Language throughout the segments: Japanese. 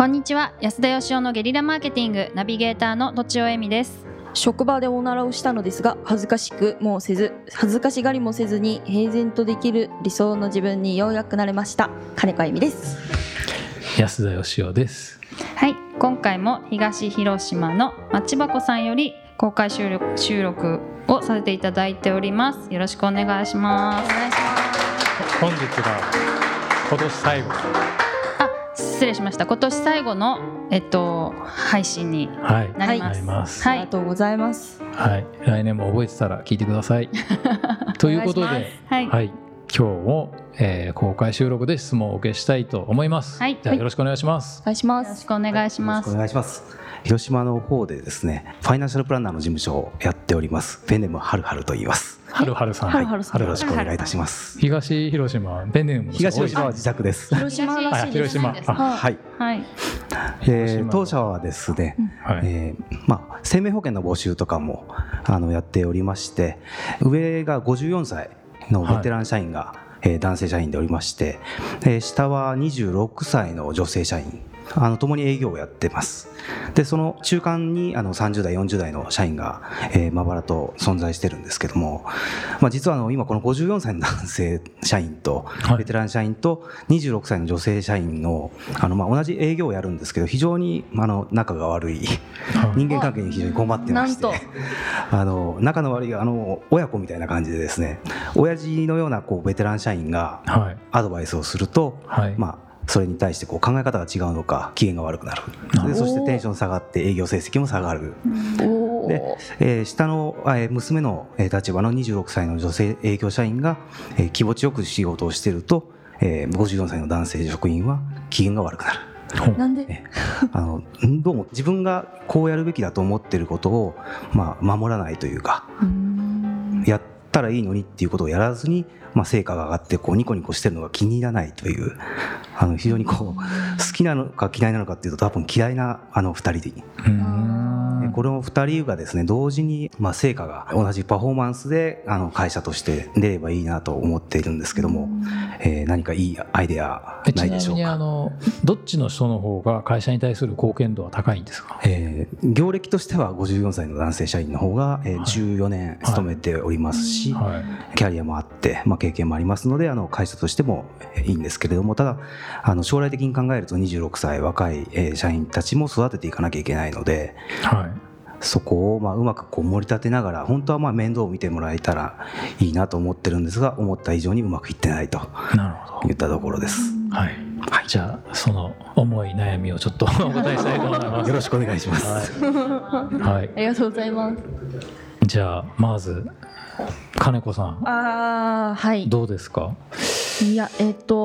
こんにちは。安田義雄のゲリラマーケティングナビゲーターのとちおえみです。 職場でおならをしたのですが、恥ずかしがりもせずに平然とできる理想の自分にようやくなれました。金子あゆみです。 安田義雄です。 はい、今回も東広島のまちばこさんより公開収録をさせていただいております。よろしくお願いします。 本日が今年最後、 失礼しました。今年最後の、配信になります。 ありがとうございます。 はい、来年も覚えてたら聞いてくださいということで、はい、今日も、公開収録で質問をお受けしたいと思います。じゃあよろしくお願いします。 よろしくお願いします。 よろしくお願いします。広島の方でですね、ファイナンシャルプランナーの事務所をやっております。ペンネームはるはると言います。 はるはるさん、 よろしくお願いいたします。 東広島、ペンネーム東広島は自宅です。 広島らしいです。 はい。当社はですね、生命保険の募集とかもやっておりまして、上が54歳のベテラン社員が、男性社員でおりまして、下は26歳の女性社員、共に営業をやってます。でその中間に30代40代の社員が、まばらと存在してるんですけども、実は今この54歳の男性社員とベテラン社員と26歳の女性社員の、同じ営業をやるんですけど、非常に仲が悪い、人間関係に非常に困ってまして、仲の悪い親子みたいな感じでですね、親父のようなベテラン社員がアドバイスをすると、それに対して考え方が違うのか機嫌が悪くなる。でそしてテンション下がって営業成績も下がる。で、下の娘の立場の26歳の女性営業社員が気持ちよく仕事をしていると、54歳の男性職員は機嫌が悪くなる。 なんでどうも自分がこうやるべきだと思っていることを、守らないというか、やったらいいのにっていうことをやらずに、成果が上がってニコニコしてるのが気に入らないという、非常に好きなのか嫌いなのかっていうと多分嫌いな2人で、この2人がですね同時に成果が同じパフォーマンスで会社として出ればいいなと思っているんですけども、何かいいアイデアないでしょうか。 ちなみにどっちの人の方が会社に対する貢献度は高いんですか。 業歴としては54歳の男性社員の方が14年勤めておりますし、キャリアもあって経験もありますので会社としてもいいんですけれども、ただ将来的に考えると26歳若い社員たちも育てていかなきゃいけないので、そこをうまく盛り立てながら、本当は面倒を見てもらえたらいいなと思ってるんですが、思った以上にうまくいってないといったところです。 じゃあその重い悩みをちょっとお答えしたいと思います。 よろしくお願いします。 ありがとうございます。 じゃあまず金子さん、どうですか。 いや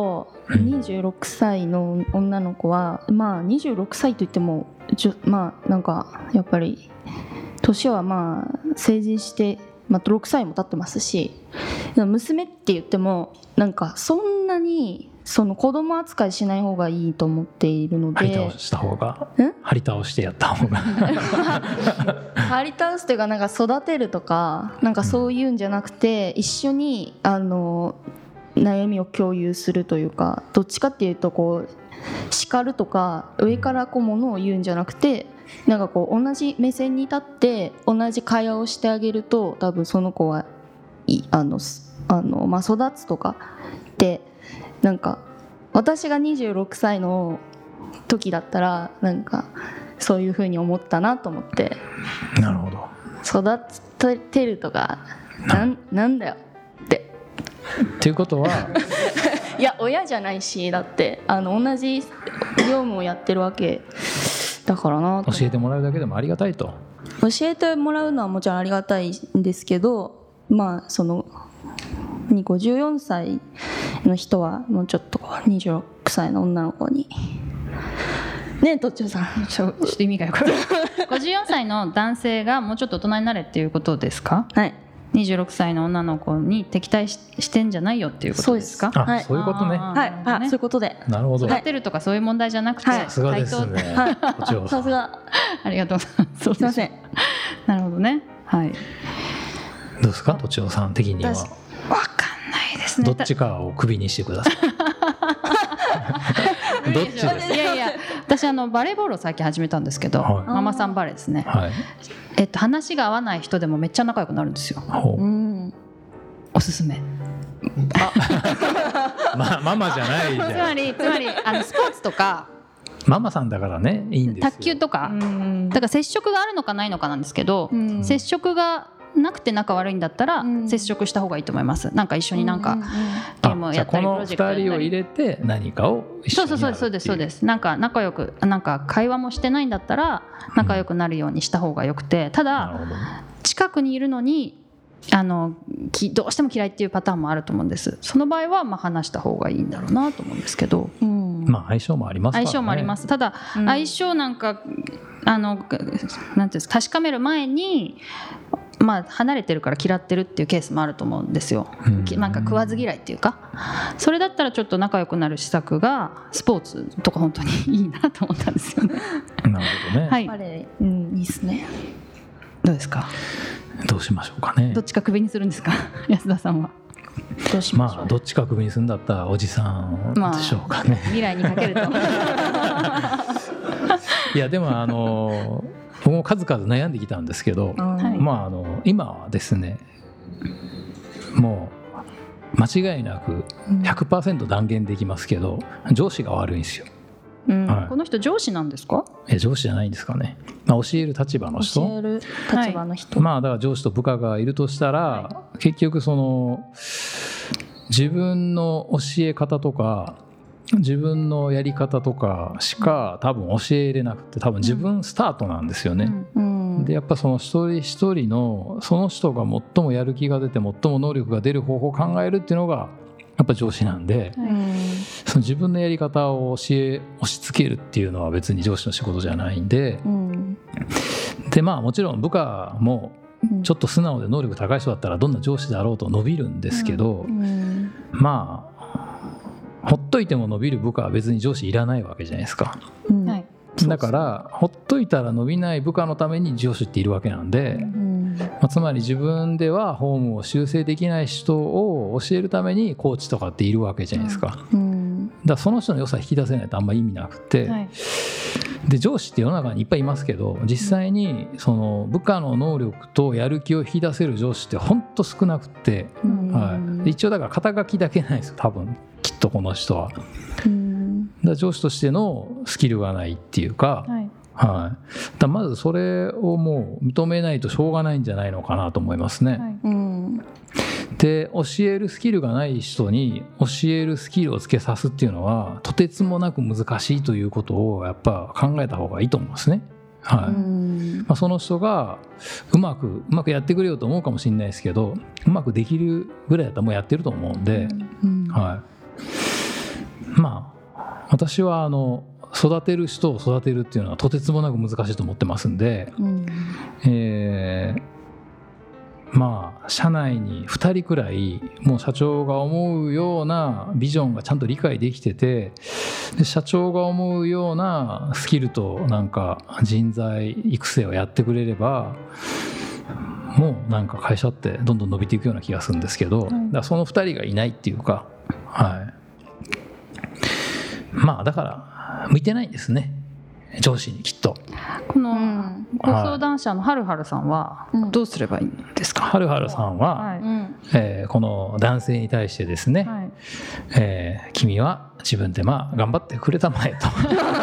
26歳の女の子は、26歳といってもなんかやっぱり年は成人して、6歳も経ってますし、娘って言ってもなんかそんなに子供扱いしない方がいいと思っているので、 張り倒した方が、張り倒してやった方が張り倒すというか、なんか育てるとかなんかそういうんじゃなくて、一緒に悩みを共有するというか、どっちかっていうと叱るとか上から物を言うんじゃなくて、なんか同じ目線に立って同じ会話をしてあげると、多分その子は育つとかで、なんか私が26歳の時だったらなんかそういう風に思ったなと思って。 なるほど。 育てるとかなんだよっていうことはいや親じゃないし、だって同じ業務をやってるわけだからなと。 教えてもらうだけでもありがたいと。 教えてもらうのはもちろんありがたいんですけど、54歳の人はもうちょっと26歳の女の子にねえ、とっちょさんちょっと意味がよくない54歳の男性がもうちょっと大人になれっていうことですか。26歳の女の子に敵対してんじゃないよっていうことですか。 そういうことね。 そういうことで。 なるほど。 育てるとかそういう問題じゃなくて、 さすがですね。 さすが。 ありがとうございます。 すいません。 なるほどね。 どうですか、とちおさん的には。 わかんないですね。 どっちかをクビにしてください。どっちですか。 いや私バレーボールを最近始めたんですけど、はい、ママさんバレーですね、はい、話が合わない人でもめっちゃ仲良くなるんですよ。おすすめ。 ママじゃないじゃん。 つまりスポーツとかママさんだからね、いいんですよ。 卓球とかだから接触があるのかないのかなんですけど、接触がなくて仲悪いんだったら接触した方がいいと思います。なんか一緒になんかゲームをやったりプロジェクトやったり、 この2人を入れて何かを一緒にやるっていう。 そうです。なんか仲良くなんか会話もしてないんだったら仲良くなるようにした方がよくて、ただ近くにいるのにどうしても嫌いっていうパターンもあると思うんです。その場合は話した方がいいんだろうなと思うんですけど、 相性もありますからね。 相性もあります。ただ、相性なんかなんていうんですか、確かめる前に離れてるから嫌ってるっていうケースもあると思うんですよ。なんか食わず嫌いっていうか、それだったらちょっと仲良くなる施策がスポーツとか本当にいいなと思ったんですよね。 なるほどね。 はい、いいですね。 どうですか。 どうしましょうかね。 どっちかクビにするんですか、安田さんは。 どうしましょう。 どっちかクビにするんだったらおじさんでしょうかね。 未来にかけるといやでも僕も数々悩んできたんですけど、今はですね、もう間違いなく 100% 断言できますけど、上司が悪いんですよ。 この人上司なんですか？ 上司じゃないんですかね。教える立場の人、 だから上司と部下がいるとしたら、結局自分の教え方とか自分のやり方とかしか多分教えれなくて、多分自分スタートなんですよね。でやっぱその一人一人のその人が最もやる気が出て最も能力が出る方法を考えるっていうのがやっぱ上司なんで、その自分のやり方を押し付けるっていうのは別に上司の仕事じゃないんで、でもちろん部下もちょっと素直で能力高い人だったらどんな上司であろうと伸びるんですけど、ほっといても伸びる部下は別に上司いらないわけじゃないですか。だからほっといたら伸びない部下のために上司っているわけなんで、つまり自分ではフォームを修正できない人を教えるためにコーチとかっているわけじゃないですか。だからその人の良さ引き出せないとあんま意味なくて、で上司って世の中にいっぱいいますけど、実際にその部下の能力とやる気を引き出せる上司ってほんと少なくて、一応だから肩書きだけないですよ、多分きっとこの人は。だ上司としてのスキルがないっていうか、だまずそれをもう認めないとしょうがないんじゃないのかなと思いますね。で教えるスキルがない人に教えるスキルをつけさすっていうのはとてつもなく難しいということをやっぱ考えた方がいいと思いますね。その人がうまくやってくれようと思うかもしれないですけど、うまくできるぐらいだったらもうやってると思うんで、私は育てる人を育てるっていうのはとてつもなく難しいと思ってますんで、社内に2人くらいもう社長が思うようなビジョンがちゃんと理解できてて、で社長が思うようなスキルとなんか人材育成をやってくれれば、もうなんか会社ってどんどん伸びていくような気がするんですけど、だからその2人がいないっていうか、だから向いてないんですね、上司にきっと。 このご相談者のはるはるさんはどうすればいいんですか？ はるはるさんは、この男性に対してですね、君は自分で頑張ってくれたまえと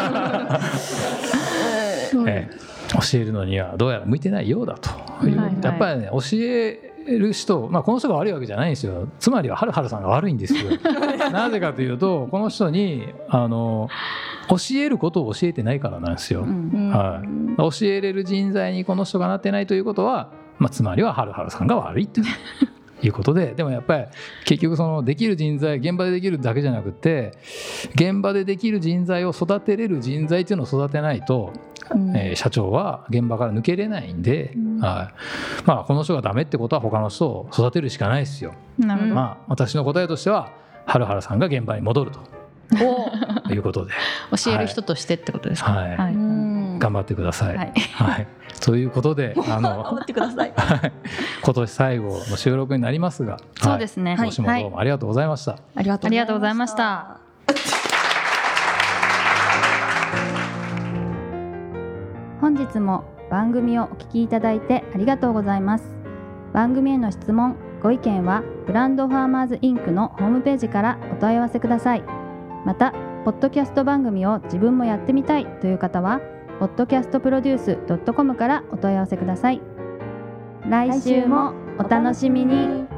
教えるのにはどうやら向いてないようだという、やっぱりね、教える人、この人が悪いわけじゃないんですよ。つまりははるはるさんが悪いんですよ。なぜかというと、この人に教えることを教えてないからなんですよ。教えれる人材にこの人がなってないということは、つまりははるはるさんが悪いということで、でもやっぱり結局そのできる人材、現場でできるだけじゃなくて、現場でできる人材を育てれる人材っていうのを育てないと、社長は現場から抜けれないんで、この人がダメってことは他の人を育てるしかないですよ。私の答えとしては、はるはるさんが現場に戻るということで、 教える人としてってことですか？ 頑張ってください。ということで、 頑張ってください。 今年最後の収録になりますが、 そうですね。 今年もどうもありがとうございました。 ありがとうございました。 本日も番組をお聞きいただいてありがとうございます。番組への質問ご意見はブランドファーマーズインクのホームページからお問い合わせください。またポッドキャスト番組を自分もやってみたいという方はpodcastproduce.com からお問い合わせください。来週もお楽しみに。